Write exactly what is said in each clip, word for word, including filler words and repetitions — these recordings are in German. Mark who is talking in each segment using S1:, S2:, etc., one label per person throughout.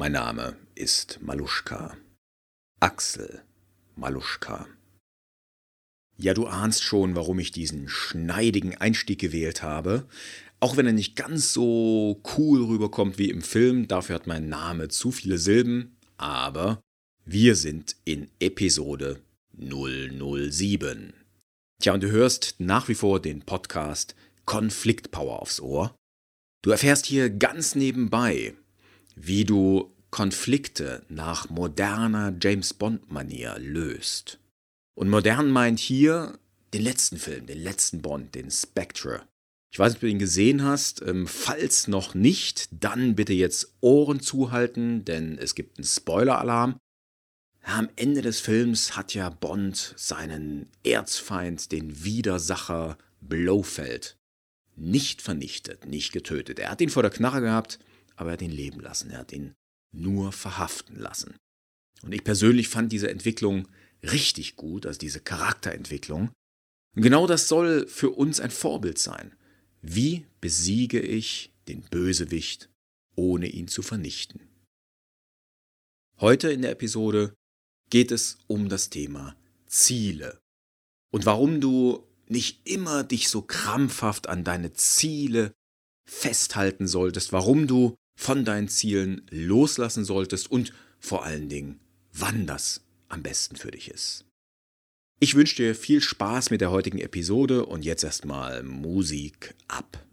S1: Mein Name ist Maluschka. Axel Maluschka. Ja, du ahnst schon, warum ich diesen schneidigen Einstieg gewählt habe. Auch wenn er nicht ganz so cool rüberkommt wie im Film, dafür hat mein Name zu viele Silben. Aber wir sind in Episode null null sieben. Tja, und du hörst nach wie vor den Podcast Konfliktpower aufs Ohr. Du erfährst hier ganz nebenbei, wie du Konflikte nach moderner James-Bond-Manier löst. Und modern meint hier den letzten Film, den letzten Bond, den Spectre. Ich weiß nicht, ob du ihn gesehen hast. Falls noch nicht, dann bitte jetzt Ohren zuhalten, denn es gibt einen Spoiler-Alarm. Am Ende des Films hat ja Bond seinen Erzfeind, den Widersacher Blofeld, nicht vernichtet, nicht getötet. Er hat ihn vor der Knarre gehabt, aber er hat ihn leben lassen. Er hat ihn nur verhaften lassen. Und ich persönlich fand diese Entwicklung richtig gut, also diese Charakterentwicklung. Und genau das soll für uns ein Vorbild sein. Wie besiege ich den Bösewicht, ohne ihn zu vernichten? Heute in der Episode geht es um das Thema Ziele und warum du nicht immer dich so krampfhaft an deine Ziele festhalten solltest, warum du von deinen Zielen loslassen solltest und vor allen Dingen, wann das am besten für dich ist. Ich wünsche dir viel Spaß mit der heutigen Episode und jetzt erstmal Musik ab.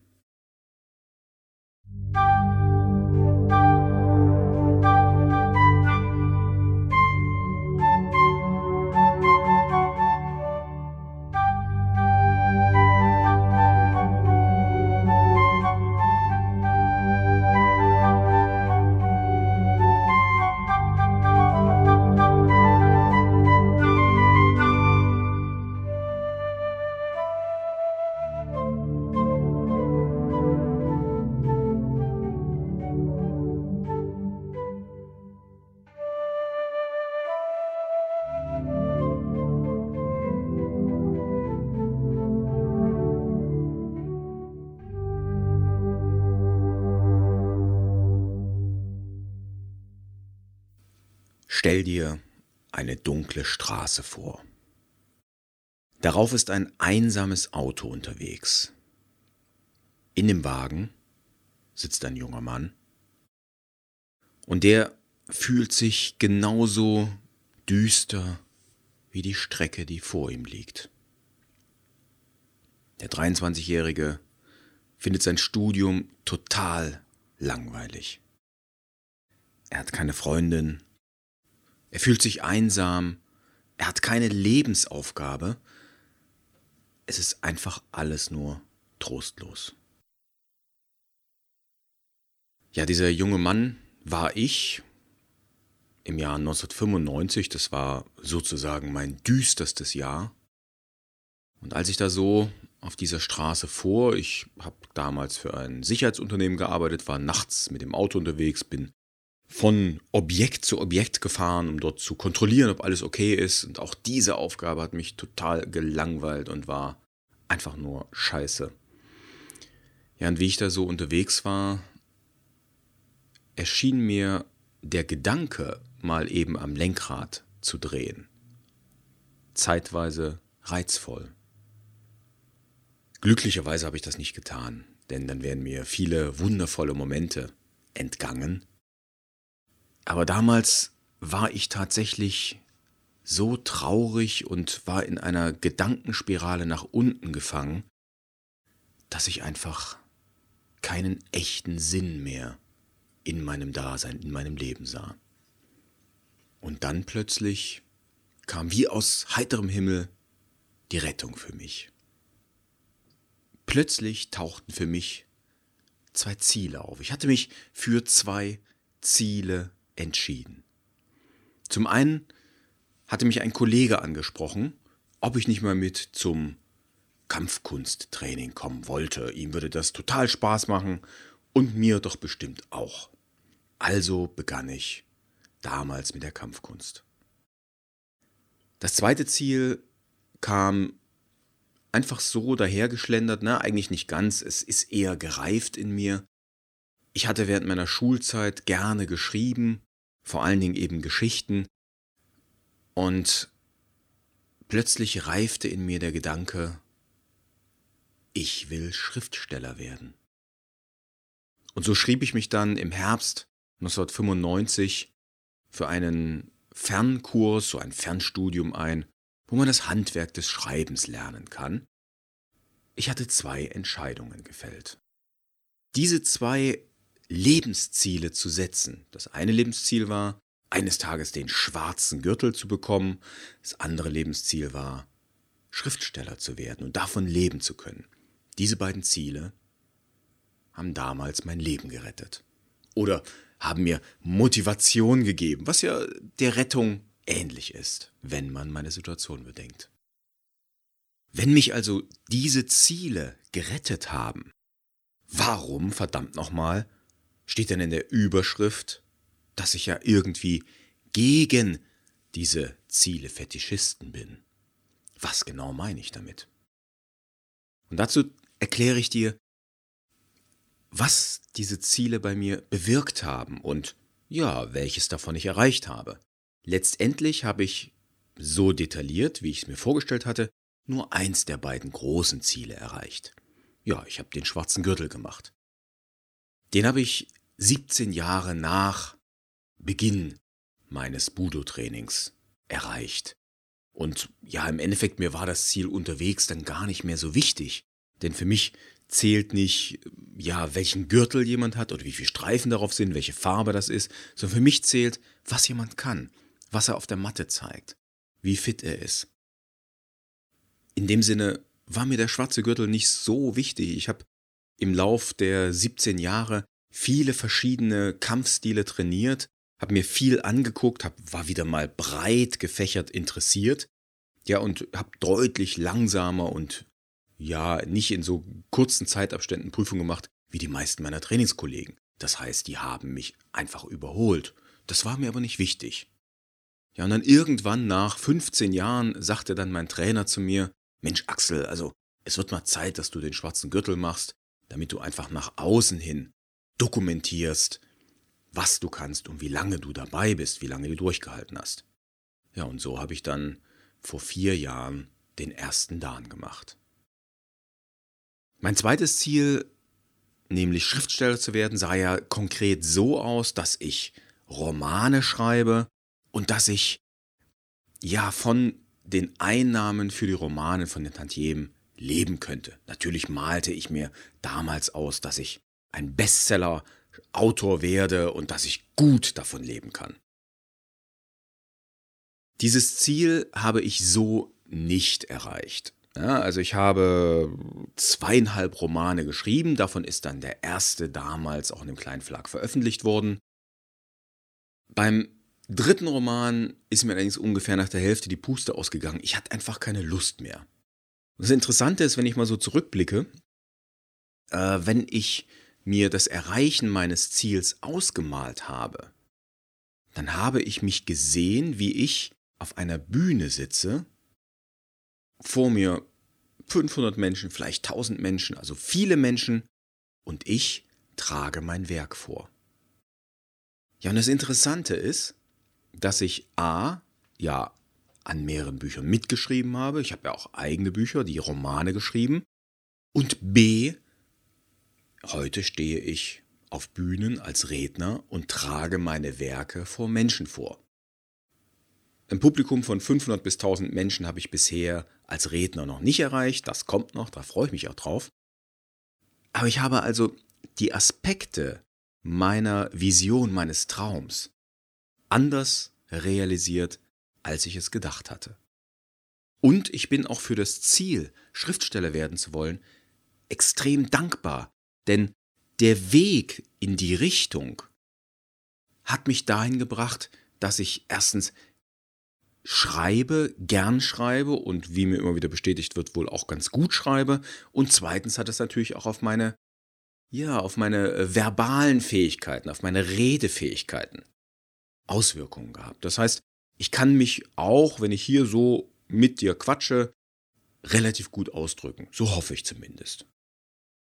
S1: Stell dir eine dunkle Straße vor. Darauf ist ein einsames Auto unterwegs. In dem Wagen sitzt ein junger Mann und der fühlt sich genauso düster wie die Strecke, die vor ihm liegt. Der dreiundzwanzigjährige findet sein Studium total langweilig. Er hat keine Freundin. Er fühlt sich einsam, er hat keine Lebensaufgabe. Es ist einfach alles nur trostlos. Ja, dieser junge Mann war ich im Jahr neunzehnhundertfünfundneunzig, das war sozusagen mein düsterstes Jahr. Und als ich da so auf dieser Straße fuhr, ich habe damals für ein Sicherheitsunternehmen gearbeitet, war nachts mit dem Auto unterwegs, bin von Objekt zu Objekt gefahren, um dort zu kontrollieren, ob alles okay ist. Und auch diese Aufgabe hat mich total gelangweilt und war einfach nur scheiße. Ja, und wie ich da so unterwegs war, erschien mir der Gedanke, mal eben am Lenkrad zu drehen. Zeitweise reizvoll. Glücklicherweise habe ich das nicht getan, denn dann wären mir viele wundervolle Momente entgangen. Aber damals war ich tatsächlich so traurig und war in einer Gedankenspirale nach unten gefangen, dass ich einfach keinen echten Sinn mehr in meinem Dasein, in meinem Leben sah. Und dann plötzlich kam wie aus heiterem Himmel die Rettung für mich. Plötzlich tauchten für mich zwei Ziele auf. Ich hatte mich für zwei Ziele entschieden. Zum einen hatte mich ein Kollege angesprochen, ob ich nicht mal mit zum Kampfkunsttraining kommen wollte. Ihm würde das total Spaß machen und mir doch bestimmt auch. Also begann ich damals mit der Kampfkunst. Das zweite Ziel kam einfach so dahergeschlendert, na, eigentlich nicht ganz, es ist eher gereift in mir. Ich hatte während meiner Schulzeit gerne geschrieben, vor allen Dingen eben Geschichten, und plötzlich reifte in mir der Gedanke, ich will Schriftsteller werden. Und so schrieb ich mich dann im Herbst neunzehnhundertfünfundneunzig für einen Fernkurs, so ein Fernstudium ein, wo man das Handwerk des Schreibens lernen kann. Ich hatte zwei Entscheidungen gefällt. Diese zwei Lebensziele zu setzen. Das eine Lebensziel war, eines Tages den schwarzen Gürtel zu bekommen. Das andere Lebensziel war, Schriftsteller zu werden und davon leben zu können. Diese beiden Ziele haben damals mein Leben gerettet. Oder haben mir Motivation gegeben, was ja der Rettung ähnlich ist, wenn man meine Situation bedenkt. Wenn mich also diese Ziele gerettet haben, warum, verdammt nochmal, steht denn in der Überschrift, dass ich ja irgendwie gegen diese Ziele Fetischisten bin? Was genau meine ich damit? Und dazu erkläre ich dir, was diese Ziele bei mir bewirkt haben und ja, welches davon ich erreicht habe. Letztendlich habe ich so detailliert, wie ich es mir vorgestellt hatte, nur eins der beiden großen Ziele erreicht. Ja, ich habe den schwarzen Gürtel gemacht. Den habe ich siebzehn Jahre nach Beginn meines Budo-Trainings erreicht. Und ja, im Endeffekt, mir war das Ziel unterwegs dann gar nicht mehr so wichtig. Denn für mich zählt nicht, ja, welchen Gürtel jemand hat oder wie viele Streifen darauf sind, welche Farbe das ist, sondern für mich zählt, was jemand kann, was er auf der Matte zeigt, wie fit er ist. In dem Sinne war mir der schwarze Gürtel nicht so wichtig. Ich habe im Lauf der siebzehn Jahre viele verschiedene Kampfstile trainiert, habe mir viel angeguckt, hab, war wieder mal breit gefächert interessiert, ja, und habe deutlich langsamer und ja, nicht in so kurzen Zeitabständen Prüfungen gemacht wie die meisten meiner Trainingskollegen. Das heißt, die haben mich einfach überholt. Das war mir aber nicht wichtig. Ja, und dann irgendwann nach fünfzehn Jahren sagte dann mein Trainer zu mir, Mensch Axel, also es wird mal Zeit, dass du den schwarzen Gürtel machst, damit du einfach nach außen hin dokumentierst, was du kannst und wie lange du dabei bist, wie lange du durchgehalten hast. Ja, und so habe ich dann vor vier Jahren den ersten Dan gemacht. Mein zweites Ziel, nämlich Schriftsteller zu werden, sah ja konkret so aus, dass ich Romane schreibe und dass ich ja von den Einnahmen für die Romane, von den Tantiemen leben könnte. Natürlich malte ich mir damals aus, dass ich ein Bestseller-Autor werde und dass ich gut davon leben kann. Dieses Ziel habe ich so nicht erreicht. Ja, also ich habe zweieinhalb Romane geschrieben, davon ist dann der erste damals auch in einem kleinen Verlag veröffentlicht worden. Beim dritten Roman ist mir allerdings ungefähr nach der Hälfte die Puste ausgegangen. Ich hatte einfach keine Lust mehr. Das Interessante ist, wenn ich mal so zurückblicke, äh, wenn ich mir das Erreichen meines Ziels ausgemalt habe, dann habe ich mich gesehen, wie ich auf einer Bühne sitze, vor mir fünfhundert Menschen, vielleicht tausend Menschen, also viele Menschen, und ich trage mein Werk vor. Ja, und das Interessante ist, dass ich A, ja, an mehreren Büchern mitgeschrieben habe, ich habe ja auch eigene Bücher, die Romane geschrieben, und B, heute stehe ich auf Bühnen als Redner und trage meine Werke vor Menschen vor. Ein Publikum von fünfhundert bis tausend Menschen habe ich bisher als Redner noch nicht erreicht. Das kommt noch, da freue ich mich auch drauf. Aber ich habe also die Aspekte meiner Vision, meines Traums anders realisiert, als ich es gedacht hatte. Und ich bin auch für das Ziel, Schriftsteller werden zu wollen, extrem dankbar. Denn der Weg in die Richtung hat mich dahin gebracht, dass ich erstens schreibe, gern schreibe und wie mir immer wieder bestätigt wird, wohl auch ganz gut schreibe. Und zweitens hat es natürlich auch auf meine, ja, auf meine äh, verbalen Fähigkeiten, auf meine Redefähigkeiten Auswirkungen gehabt. Das heißt, ich kann mich auch, wenn ich hier so mit dir quatsche, relativ gut ausdrücken. So hoffe ich zumindest.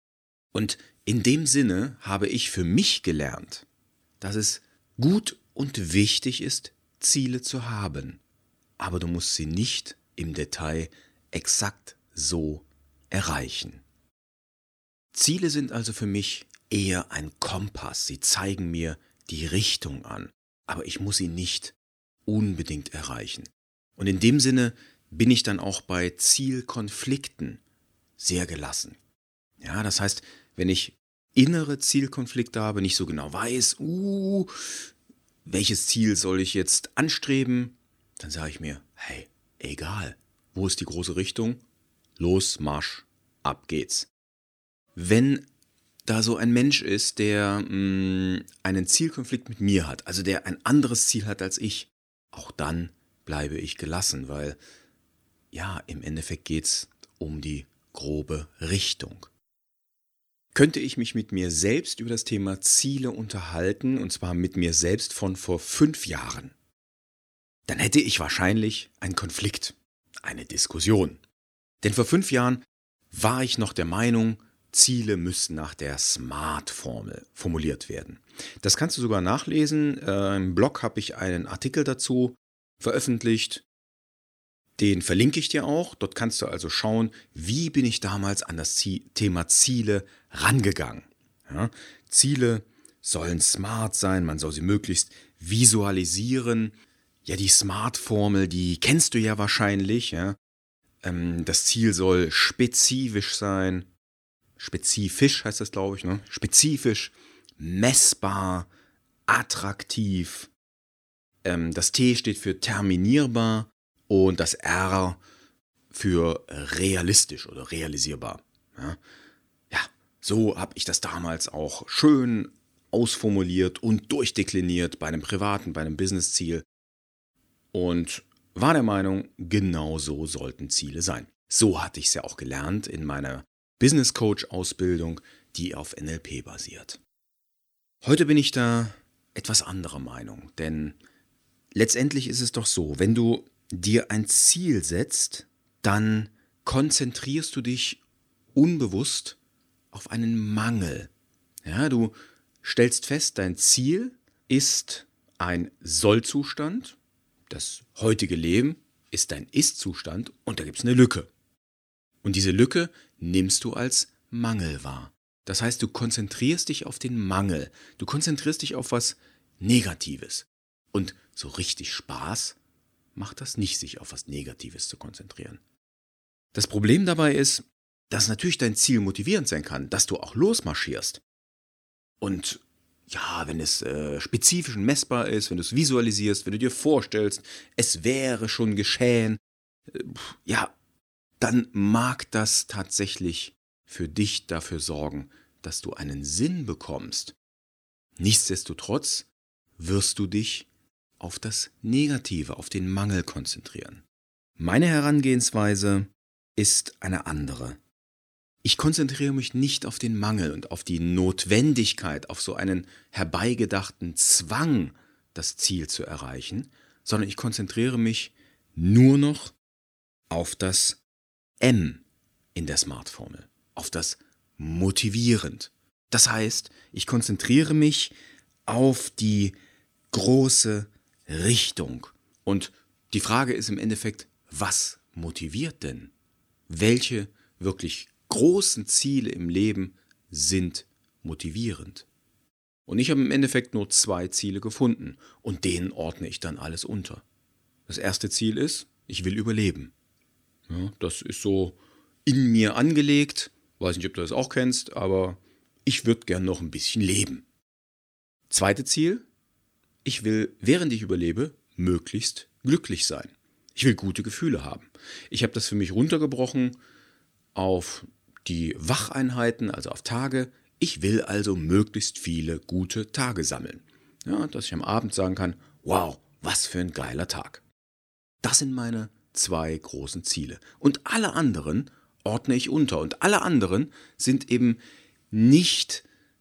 S1: Und in dem Sinne habe ich für mich gelernt, dass es gut und wichtig ist, Ziele zu haben. Aber du musst sie nicht im Detail exakt so erreichen. Ziele sind also für mich eher ein Kompass. Sie zeigen mir die Richtung an. Aber ich muss sie nicht unbedingt erreichen. Und in dem Sinne bin ich dann auch bei Zielkonflikten sehr gelassen. Ja, das heißt, wenn ich innere Zielkonflikte habe, nicht so genau weiß, uh, welches Ziel soll ich jetzt anstreben, dann sage ich mir, hey, egal, wo ist die große Richtung? Los, Marsch, ab geht's. Wenn da so ein Mensch ist, der mh, einen Zielkonflikt mit mir hat, also der ein anderes Ziel hat als ich, auch dann bleibe ich gelassen, weil ja, im Endeffekt geht's um die grobe Richtung. Könnte ich mich mit mir selbst über das Thema Ziele unterhalten, und zwar mit mir selbst von vor fünf Jahren, dann hätte ich wahrscheinlich einen Konflikt, eine Diskussion. Denn vor fünf Jahren war ich noch der Meinung, Ziele müssen nach der SMART-Formel formuliert werden. Das kannst du sogar nachlesen. Äh, Im Blog habe ich einen Artikel dazu veröffentlicht. Den verlinke ich dir auch. Dort kannst du also schauen, wie bin ich damals an das Thema Ziele rangegangen. Ja, Ziele sollen smart sein, man soll sie möglichst visualisieren. Ja, die SMART-Formel, die kennst du ja wahrscheinlich. Ja. Ähm, das Ziel soll spezifisch sein. Spezifisch heißt das, glaube ich. Ne? Spezifisch, messbar, attraktiv. Ähm, das T steht für terminierbar. Und das R für realistisch oder realisierbar. Ja, ja, so habe ich das damals auch schön ausformuliert und durchdekliniert bei einem privaten, bei einem Business-Ziel. Und war der Meinung, genau so sollten Ziele sein. So hatte ich es ja auch gelernt in meiner Business-Coach-Ausbildung, die auf N L P basiert. Heute bin ich da etwas anderer Meinung, denn letztendlich ist es doch so, wenn du dir ein Ziel setzt, dann konzentrierst du dich unbewusst auf einen Mangel. Ja, du stellst fest, dein Ziel ist ein Soll-Zustand, das heutige Leben ist dein Ist-Zustand und da gibt es eine Lücke. Und diese Lücke nimmst du als Mangel wahr. Das heißt, du konzentrierst dich auf den Mangel, du konzentrierst dich auf was Negatives. Und so richtig Spaß macht das nicht, sich auf was Negatives zu konzentrieren. Das Problem dabei ist, dass natürlich dein Ziel motivierend sein kann, dass du auch losmarschierst. Und ja, wenn es äh, spezifisch und messbar ist, wenn du es visualisierst, wenn du dir vorstellst, es wäre schon geschehen, äh, ja, dann mag das tatsächlich für dich dafür sorgen, dass du einen Sinn bekommst. Nichtsdestotrotz wirst du dich auf das Negative, auf den Mangel konzentrieren. Meine Herangehensweise ist eine andere. Ich konzentriere mich nicht auf den Mangel und auf die Notwendigkeit, auf so einen herbeigedachten Zwang, das Ziel zu erreichen, sondern ich konzentriere mich nur noch auf das M in der SMART-Formel, auf das motivierend. Das heißt, ich konzentriere mich auf die große Richtung. Und die Frage ist im Endeffekt, was motiviert denn? Welche wirklich großen Ziele im Leben sind motivierend? Und ich habe im Endeffekt nur zwei Ziele gefunden und denen ordne ich dann alles unter. Das erste Ziel ist, ich will überleben. Ja, das ist so in mir angelegt. Weiß nicht, ob du das auch kennst, aber ich würde gern noch ein bisschen leben. Zweite Ziel, ich will, während ich überlebe, möglichst glücklich sein. Ich will gute Gefühle haben. Ich habe das für mich runtergebrochen auf die Wacheinheiten, also auf Tage. Ich will also möglichst viele gute Tage sammeln. Ja, dass ich am Abend sagen kann, wow, was für ein geiler Tag. Das sind meine zwei großen Ziele. Und alle anderen ordne ich unter. Und alle anderen sind eben nicht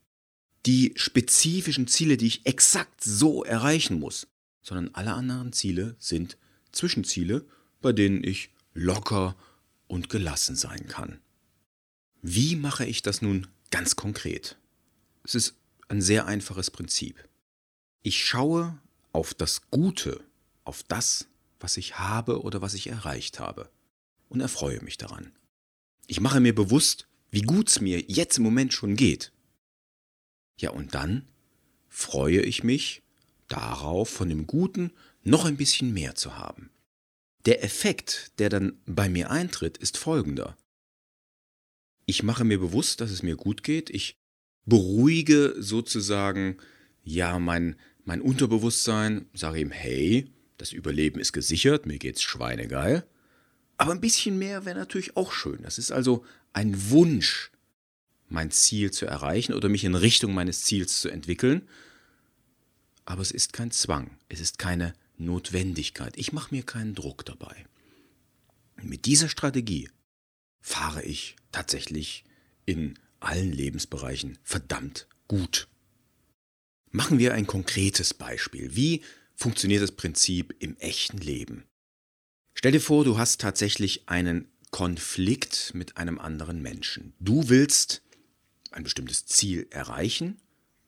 S1: die spezifischen Ziele, die ich exakt so erreichen muss, sondern alle anderen Ziele sind Zwischenziele, bei denen ich locker und gelassen sein kann. Wie mache ich das nun ganz konkret. Es ist ein sehr einfaches Prinzip. Ich schaue auf das Gute, auf das, was ich habe oder was ich erreicht habe und erfreue mich daran. Ich mache mir bewusst, wie gut es mir jetzt im Moment schon geht. Ja, und dann freue ich mich darauf, von dem Guten noch ein bisschen mehr zu haben. Der Effekt, der dann bei mir eintritt, ist folgender. Ich mache mir bewusst, dass es mir gut geht. Ich beruhige sozusagen ja mein, mein Unterbewusstsein, sage ihm, hey, das Überleben ist gesichert, mir geht's schweinegeil. Aber ein bisschen mehr wäre natürlich auch schön. Das ist also ein Wunsch, mein Ziel zu erreichen oder mich in Richtung meines Ziels zu entwickeln. Aber es ist kein Zwang, es ist keine Notwendigkeit. Ich mache mir keinen Druck dabei. Mit dieser Strategie fahre ich tatsächlich in allen Lebensbereichen verdammt gut. Machen wir ein konkretes Beispiel. Wie funktioniert das Prinzip im echten Leben? Stell dir vor, du hast tatsächlich einen Konflikt mit einem anderen Menschen. Du willst ein bestimmtes Ziel erreichen,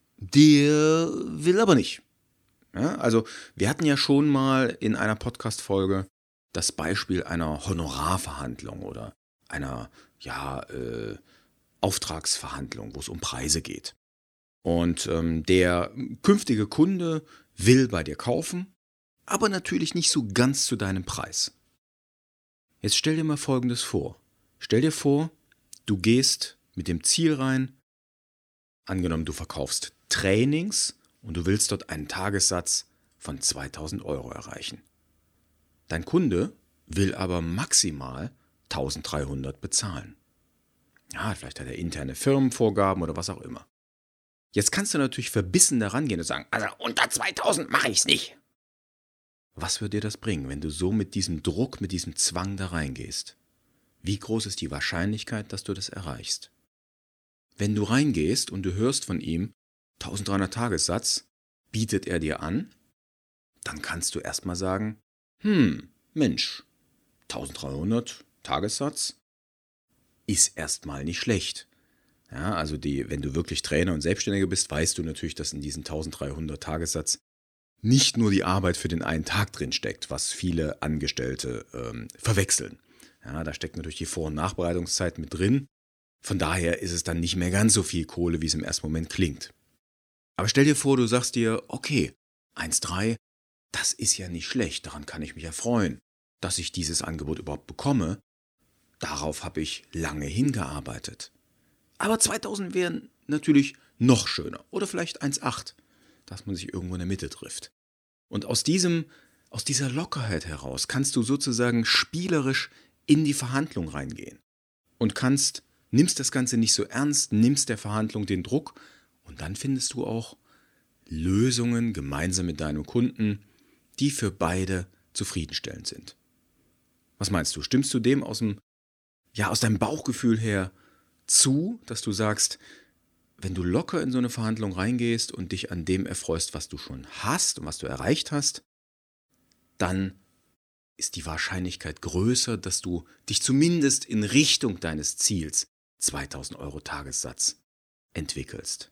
S1: der will aber nicht. Ja, also wir hatten ja schon mal in einer Podcast-Folge das Beispiel einer Honorarverhandlung oder einer ja, äh, Auftragsverhandlung, wo es um Preise geht. Und ähm, der künftige Kunde will bei dir kaufen, aber natürlich nicht so ganz zu deinem Preis. Jetzt stell dir mal Folgendes vor. Stell dir vor, du gehst mit dem Ziel rein, angenommen du verkaufst Trainings und du willst dort einen Tagessatz von zweitausend Euro erreichen. Dein Kunde will aber maximal eintausenddreihundert bezahlen. Ja, vielleicht hat er interne Firmenvorgaben oder was auch immer. Jetzt kannst du natürlich verbissen daran gehen und sagen, also unter zweitausend mache ich es nicht. Was wird dir das bringen, wenn du so mit diesem Druck, mit diesem Zwang da reingehst? Wie groß ist die Wahrscheinlichkeit, dass du das erreichst? Wenn du reingehst und du hörst von ihm, eintausenddreihundert Tagessatz, bietet er dir an, dann kannst du erstmal sagen, hm, Mensch, eintausenddreihundert Tagessatz ist erstmal nicht schlecht. Ja, also die, wenn du wirklich Trainer und Selbstständiger bist, weißt du natürlich, dass in diesen eintausenddreihundert Tagessatz nicht nur die Arbeit für den einen Tag drin steckt, was viele Angestellte ähm, verwechseln. Ja, da steckt natürlich die Vor- und Nachbereitungszeit mit drin. Von daher ist es dann nicht mehr ganz so viel Kohle, wie es im ersten Moment klingt. Aber stell dir vor, du sagst dir, okay, eins Komma drei, das ist ja nicht schlecht, daran kann ich mich erfreuen, dass ich dieses Angebot überhaupt bekomme. Darauf habe ich lange hingearbeitet. Aber zweitausend wären natürlich noch schöner. Oder vielleicht eins Komma acht, dass man sich irgendwo in der Mitte trifft. Und aus diesem, aus dieser Lockerheit heraus kannst du sozusagen spielerisch in die Verhandlung reingehen. Und kannst, nimmst das Ganze nicht so ernst, nimmst der Verhandlung den Druck und dann findest du auch Lösungen gemeinsam mit deinem Kunden, die für beide zufriedenstellend sind. Was meinst du? Stimmst du dem aus dem, ja, aus deinem Bauchgefühl her zu, dass du sagst, wenn du locker in so eine Verhandlung reingehst und dich an dem erfreust, was du schon hast und was du erreicht hast, dann ist die Wahrscheinlichkeit größer, dass du dich zumindest in Richtung deines Ziels, zweitausend Euro Tagessatz, entwickelst.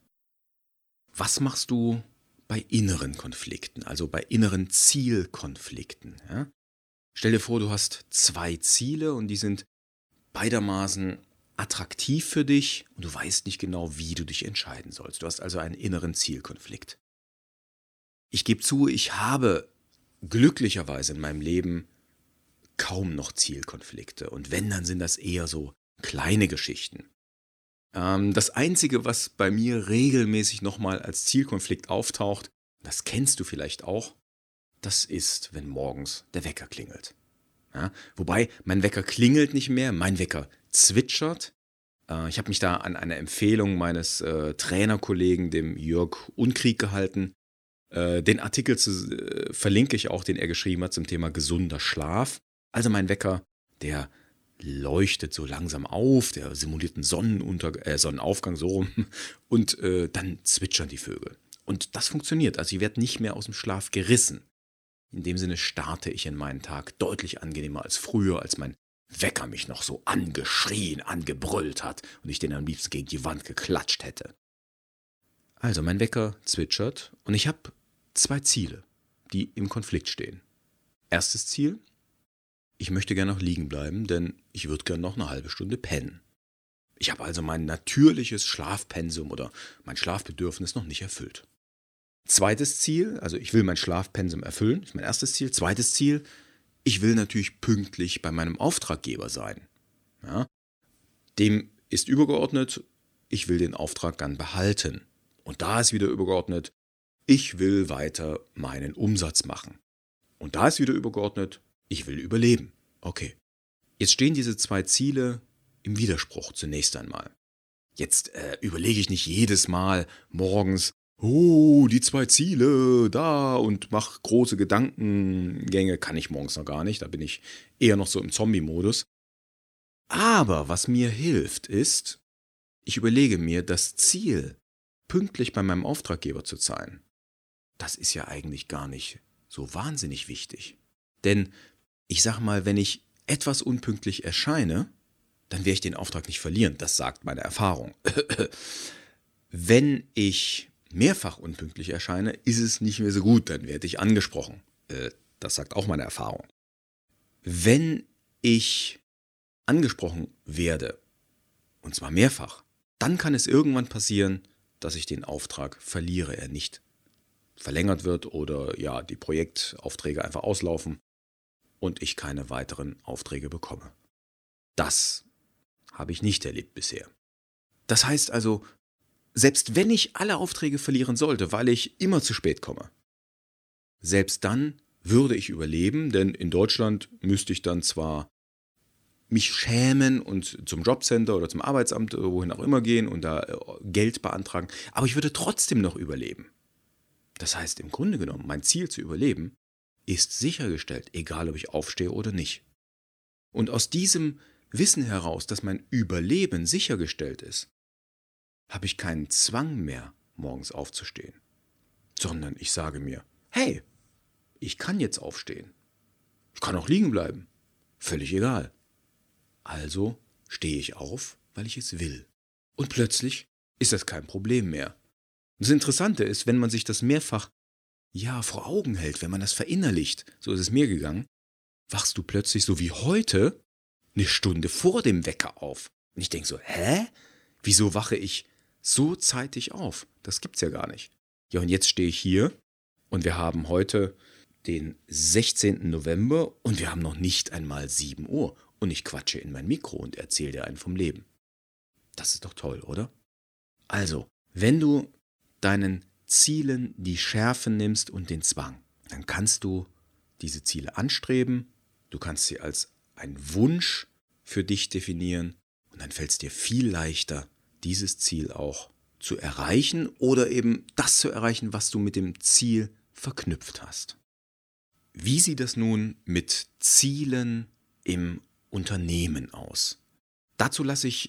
S1: Was machst du bei inneren Konflikten, also bei inneren Zielkonflikten? Ja? Stell dir vor, du hast zwei Ziele und die sind beidermaßen attraktiv für dich und du weißt nicht genau, wie du dich entscheiden sollst. Du hast also einen inneren Zielkonflikt. Ich gebe zu, ich habe glücklicherweise in meinem Leben kaum noch Zielkonflikte und wenn, dann sind das eher so kleine Geschichten. Ähm, das Einzige, was bei mir regelmäßig nochmal als Zielkonflikt auftaucht, das kennst du vielleicht auch, das ist, wenn morgens der Wecker klingelt. Ja, wobei, mein Wecker klingelt nicht mehr, mein Wecker zwitschert. Äh, ich habe mich da an eine Empfehlung meines äh, Trainerkollegen, dem Jörg Unkrieg, gehalten. Äh, den Artikel zu, äh, verlinke ich auch, den er geschrieben hat zum Thema gesunder Schlaf. Also mein Wecker, der leuchtet so langsam auf, der simuliert einen Sonnenunter- äh, Sonnenaufgang so rum und äh, dann zwitschern die Vögel. Und das funktioniert, also ich werde nicht mehr aus dem Schlaf gerissen. In dem Sinne starte ich in meinen Tag deutlich angenehmer als früher, als mein Wecker mich noch so angeschrien, angebrüllt hat und ich den am liebsten gegen die Wand geklatscht hätte. Also mein Wecker zwitschert und ich habe zwei Ziele, die im Konflikt stehen. Erstes Ziel: Ich möchte gerne noch liegen bleiben, denn ich würde gerne noch eine halbe Stunde pennen. Ich habe also mein natürliches Schlafpensum oder mein Schlafbedürfnis noch nicht erfüllt. Zweites Ziel, also ich will mein Schlafpensum erfüllen, ist mein erstes Ziel. Zweites Ziel: Ich will natürlich pünktlich bei meinem Auftraggeber sein. Ja, dem ist übergeordnet, ich will den Auftrag dann behalten. Und da ist wieder übergeordnet, ich will weiter meinen Umsatz machen. Und da ist wieder übergeordnet, ich will überleben. Okay. Jetzt stehen diese zwei Ziele im Widerspruch zunächst einmal. Jetzt äh, überlege ich nicht jedes Mal morgens, oh, die zwei Ziele, da, und mache große Gedankengänge. Kann ich morgens noch gar nicht, da bin ich eher noch so im Zombie-Modus. Aber was mir hilft, ist, ich überlege mir, das Ziel, pünktlich bei meinem Auftraggeber zu sein, das ist ja eigentlich gar nicht so wahnsinnig wichtig. Denn ich sag mal, wenn ich etwas unpünktlich erscheine, dann werde ich den Auftrag nicht verlieren. Das sagt meine Erfahrung. Wenn ich mehrfach unpünktlich erscheine, ist es nicht mehr so gut, dann werde ich angesprochen. Das sagt auch meine Erfahrung. Wenn ich angesprochen werde, und zwar mehrfach, dann kann es irgendwann passieren, dass ich den Auftrag verliere, er nicht verlängert wird oder ja, die Projektaufträge einfach auslaufen und ich keine weiteren Aufträge bekomme. Das habe ich nicht erlebt bisher. Das heißt also, selbst wenn ich alle Aufträge verlieren sollte, weil ich immer zu spät komme, selbst dann würde ich überleben, denn in Deutschland müsste ich dann zwar mich schämen und zum Jobcenter oder zum Arbeitsamt, wohin auch immer gehen und da Geld beantragen, aber ich würde trotzdem noch überleben. Das heißt, im Grunde genommen, mein Ziel zu überleben, ist sichergestellt, egal ob ich aufstehe oder nicht. Und aus diesem Wissen heraus, dass mein Überleben sichergestellt ist, habe ich keinen Zwang mehr, morgens aufzustehen, sondern ich sage mir, hey, ich kann jetzt aufstehen. Ich kann auch liegen bleiben. Völlig egal. Also stehe ich auf, weil ich es will. Und plötzlich ist das kein Problem mehr. Das Interessante ist, wenn man sich das mehrfach ja vor Augen hält, wenn man das verinnerlicht, so ist es mir gegangen, wachst du plötzlich so wie heute eine Stunde vor dem Wecker auf. Und ich denke so, hä? Wieso wache ich so zeitig auf? Das gibt's ja gar nicht. Ja, und jetzt stehe ich hier und wir haben heute den sechzehnten November und wir haben noch nicht einmal sieben Uhr. Und ich quatsche in mein Mikro und erzähle dir einen vom Leben. Das ist doch toll, oder? Also, wenn du deinen Zielen die Schärfe nimmst und den Zwang, dann kannst du diese Ziele anstreben, du kannst sie als einen Wunsch für dich definieren und dann fällt es dir viel leichter, dieses Ziel auch zu erreichen oder eben das zu erreichen, was du mit dem Ziel verknüpft hast. Wie sieht das nun mit Zielen im Unternehmen aus? Dazu lasse ich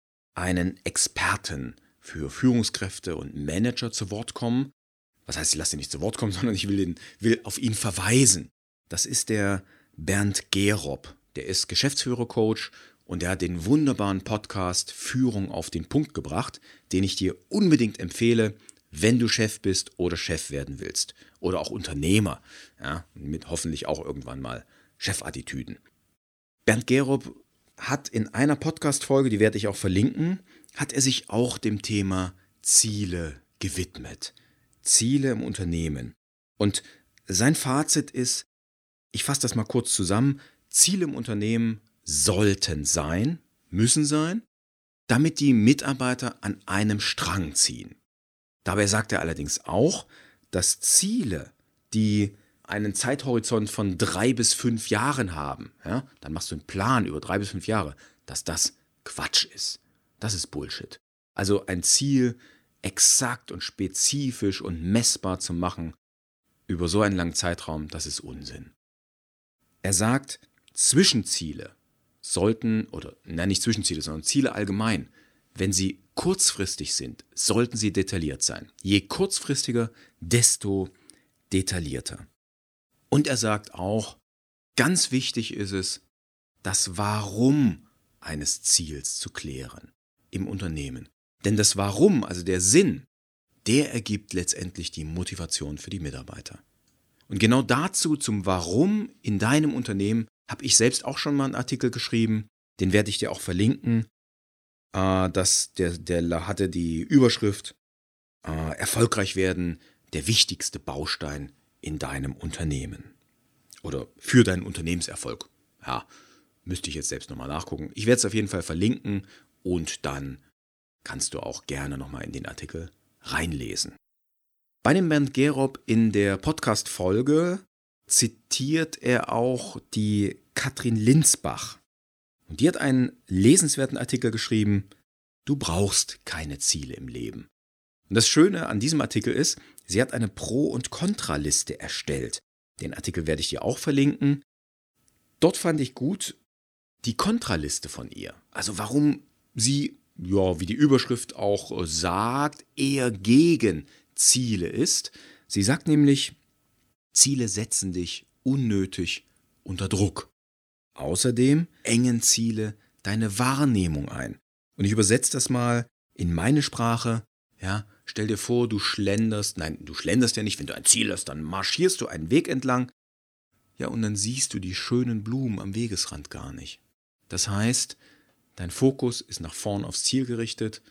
S1: einen Experten für Führungskräfte und Manager zu Wort kommen. Was heißt, ich lasse ihn nicht zu Wort kommen, sondern ich will, den, will auf ihn verweisen. Das ist der Bernd Gerob. Der ist Geschäftsführer-Coach und der hat den wunderbaren Podcast Führung auf den Punkt gebracht, den ich dir unbedingt empfehle, wenn du Chef bist oder Chef werden willst. Oder auch Unternehmer, ja, mit hoffentlich auch irgendwann mal Chefattitüden. Bernd Gerob hat in einer Podcast-Folge, die werde ich auch verlinken, hat er sich auch dem Thema Ziele gewidmet. Ziele im Unternehmen. Und sein Fazit ist, ich fasse das mal kurz zusammen, Ziele im Unternehmen sollten sein, müssen sein, damit die Mitarbeiter an einem Strang ziehen. Dabei sagt er allerdings auch, dass Ziele, die einen Zeithorizont von drei bis fünf Jahren haben, ja, dann machst du einen Plan über drei bis fünf Jahre, dass das Quatsch ist. Das ist Bullshit. Also ein Ziel exakt und spezifisch und messbar zu machen über so einen langen Zeitraum, das ist Unsinn. Er sagt, Zwischenziele sollten, oder nein, nicht Zwischenziele, sondern Ziele allgemein, wenn sie kurzfristig sind, sollten sie detailliert sein. Je kurzfristiger, desto detaillierter. Und er sagt auch, ganz wichtig ist es, das Warum eines Ziels zu klären im Unternehmen. Denn das Warum, also der Sinn, der ergibt letztendlich die Motivation für die Mitarbeiter. Und genau dazu, zum Warum in deinem Unternehmen, habe ich selbst auch schon mal einen Artikel geschrieben. Den werde ich dir auch verlinken. Äh, das, der, der hatte die Überschrift äh, Erfolgreich werden, der wichtigste Baustein in deinem Unternehmen. Oder für deinen Unternehmenserfolg. Ja, müsste ich jetzt selbst nochmal nachgucken. Ich werde es auf jeden Fall verlinken und dann kannst du auch gerne nochmal in den Artikel reinlesen. Bei dem Bernd Gerob in der Podcast-Folge zitiert er auch die Katrin Linsbach. Und die hat einen lesenswerten Artikel geschrieben, du brauchst keine Ziele im Leben. Und das Schöne an diesem Artikel ist, sie hat eine Pro- und Kontraliste erstellt. Den Artikel werde ich dir auch verlinken. Dort fand ich gut die Kontraliste von ihr. Also warum sie, ja, wie die Überschrift auch sagt, eher gegen Ziele ist. Sie sagt nämlich, Ziele setzen dich unnötig unter Druck. Außerdem engen Ziele deine Wahrnehmung ein. Und ich übersetze das mal in meine Sprache. Ja, stell dir vor, du schlenderst, nein, du schlenderst ja nicht, wenn du ein Ziel hast, dann marschierst du einen Weg entlang. Ja, und dann siehst du die schönen Blumen am Wegesrand gar nicht. Das heißt, dein Fokus ist nach vorn aufs Ziel gerichtet,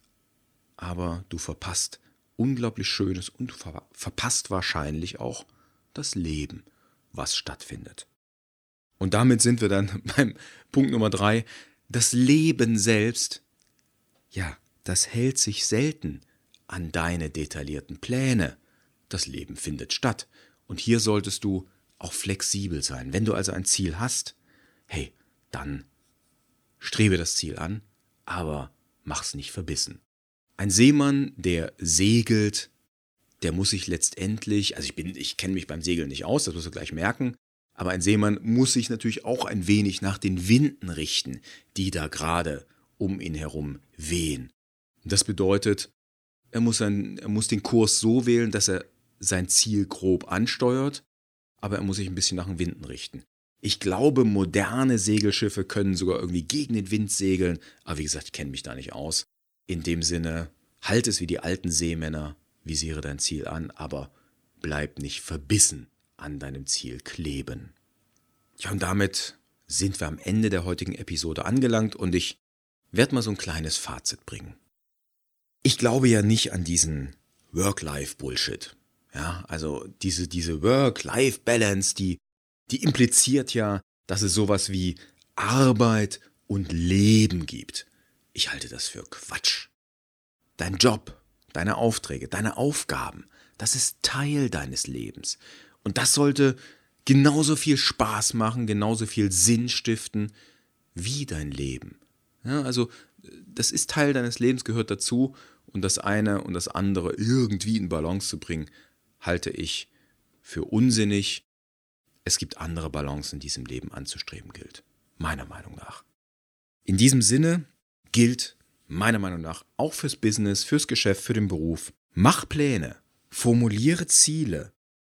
S1: aber du verpasst unglaublich Schönes und du ver- verpasst wahrscheinlich auch das Leben, was stattfindet. Und damit sind wir dann beim Punkt Nummer drei. Das Leben selbst, ja, das hält sich selten an deine detaillierten Pläne. Das Leben findet statt. Und hier solltest du auch flexibel sein. Wenn du also ein Ziel hast, hey, dann strebe das Ziel an, aber mach's nicht verbissen. Ein Seemann, der segelt, der muss sich letztendlich, also ich bin, ich kenne mich beim Segeln nicht aus, das wirst du gleich merken, aber ein Seemann muss sich natürlich auch ein wenig nach den Winden richten, die da gerade um ihn herum wehen. Das bedeutet, er muss, ein, er muss den Kurs so wählen, dass er sein Ziel grob ansteuert, aber er muss sich ein bisschen nach den Winden richten. Ich glaube, moderne Segelschiffe können sogar irgendwie gegen den Wind segeln, aber wie gesagt, ich kenne mich da nicht aus. In dem Sinne, halt es wie die alten Seemänner, visiere dein Ziel an, aber bleib nicht verbissen an deinem Ziel kleben. Ja, und damit sind wir am Ende der heutigen Episode angelangt und ich werde mal so ein kleines Fazit bringen. Ich glaube ja nicht an diesen Work-Life-Bullshit. Ja, also diese, diese Work-Life-Balance, die, die impliziert ja, dass es sowas wie Arbeit und Leben gibt. Ich halte das für Quatsch. Dein Job, deine Aufträge, deine Aufgaben, das ist Teil deines Lebens. Und das sollte genauso viel Spaß machen, genauso viel Sinn stiften wie dein Leben. Ja, also das ist Teil deines Lebens, gehört dazu. Und das eine und das andere irgendwie in Balance zu bringen, halte ich für unsinnig. Es gibt andere Balancen, die es im Leben anzustreben gilt. Meiner Meinung nach. In diesem Sinne gilt meiner Meinung nach auch fürs Business, fürs Geschäft, für den Beruf. Mach Pläne, formuliere Ziele,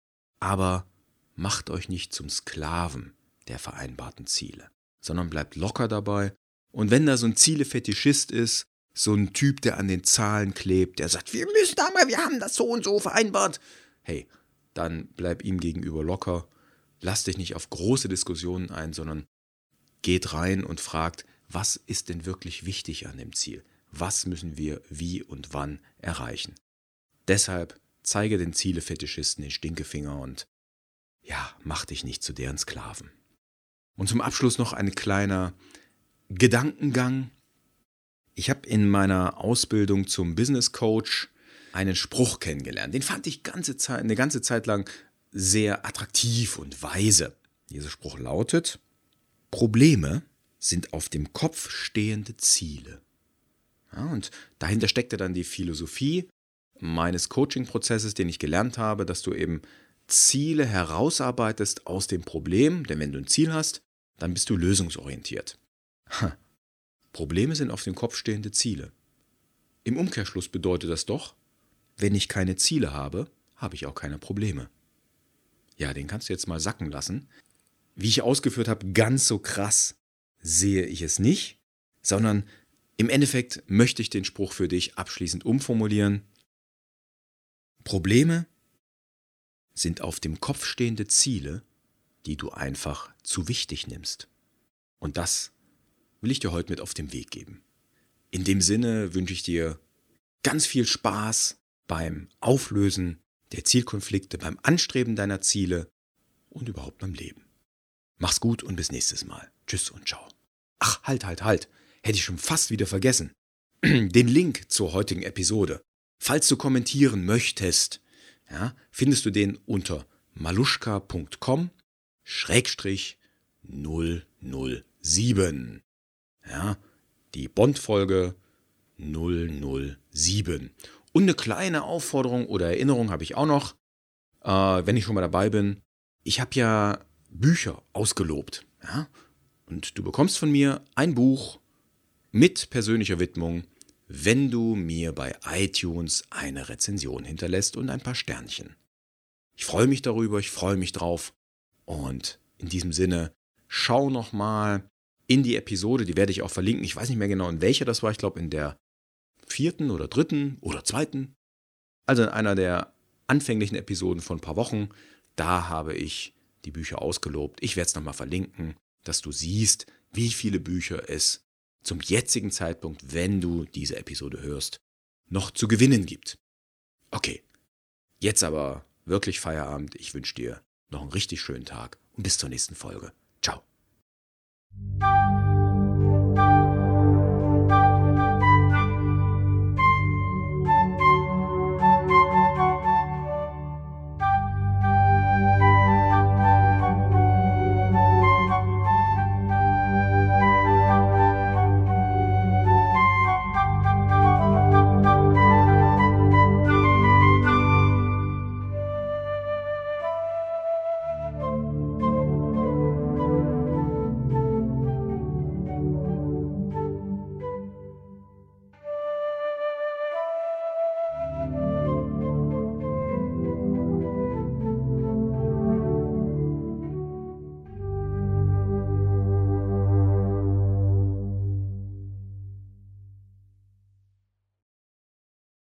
S1: aber macht euch nicht zum Sklaven der vereinbarten Ziele, sondern bleibt locker dabei. Und wenn da so ein Zielefetischist ist, so ein Typ, der an den Zahlen klebt, der sagt, wir müssen aber, wir haben das so und so vereinbart. Hey, dann bleib ihm gegenüber locker. Lass dich nicht auf große Diskussionen ein, sondern geht rein und fragt, was ist denn wirklich wichtig an dem Ziel? Was müssen wir wie und wann erreichen? Deshalb zeige den Zielefetischisten den Stinkefinger und ja, mach dich nicht zu deren Sklaven. Und zum Abschluss noch ein kleiner Gedankengang. Ich habe in meiner Ausbildung zum Business Coach einen Spruch kennengelernt. Den fand ich ganze Zeit, eine ganze Zeit lang sehr attraktiv und weise. Dieser Spruch lautet: Probleme sind auf dem Kopf stehende Ziele. Ja, und dahinter steckte dann die Philosophie meines Coaching-Prozesses, den ich gelernt habe, dass du eben Ziele herausarbeitest aus dem Problem, denn wenn du ein Ziel hast, dann bist du lösungsorientiert. Ha. Probleme sind auf dem Kopf stehende Ziele. Im Umkehrschluss bedeutet das doch, wenn ich keine Ziele habe, habe ich auch keine Probleme. Ja, den kannst du jetzt mal sacken lassen. Wie ich ausgeführt habe, ganz so krass sehe ich es nicht, sondern im Endeffekt möchte ich den Spruch für dich abschließend umformulieren. Probleme sind auf dem Kopf stehende Ziele, die du einfach zu wichtig nimmst. Und das will ich dir heute mit auf den Weg geben. In dem Sinne wünsche ich dir ganz viel Spaß beim Auflösen der Zielkonflikte, beim Anstreben deiner Ziele und überhaupt beim Leben. Mach's gut und bis nächstes Mal. Tschüss und ciao. Ach, halt, halt, halt. Hätte ich schon fast wieder vergessen. Den Link zur heutigen Episode, falls du kommentieren möchtest, ja, findest du den unter maluschka punkt com schrägstrich null null sieben. Ja, die Bond-Folge null null sieben. Und eine kleine Aufforderung oder Erinnerung habe ich auch noch, äh, wenn ich schon mal dabei bin. Ich habe ja Bücher ausgelobt. Ja? Und du bekommst von mir ein Buch mit persönlicher Widmung, wenn du mir bei iTunes eine Rezension hinterlässt und ein paar Sternchen. Ich freue mich darüber, ich freue mich drauf. Und in diesem Sinne, schau nochmal in die Episode, die werde ich auch verlinken. Ich weiß nicht mehr genau, in welcher das war. Ich glaube, in der vierten oder dritten oder zweiten. Also in einer der anfänglichen Episoden von ein paar Wochen. Da habe ich die Bücher ausgelobt. Ich werde es nochmal verlinken, dass du siehst, wie viele Bücher es zum jetzigen Zeitpunkt, wenn du diese Episode hörst, noch zu gewinnen gibt. Okay, jetzt aber wirklich Feierabend. Ich wünsche dir noch einen richtig schönen Tag und bis zur nächsten Folge. Ciao.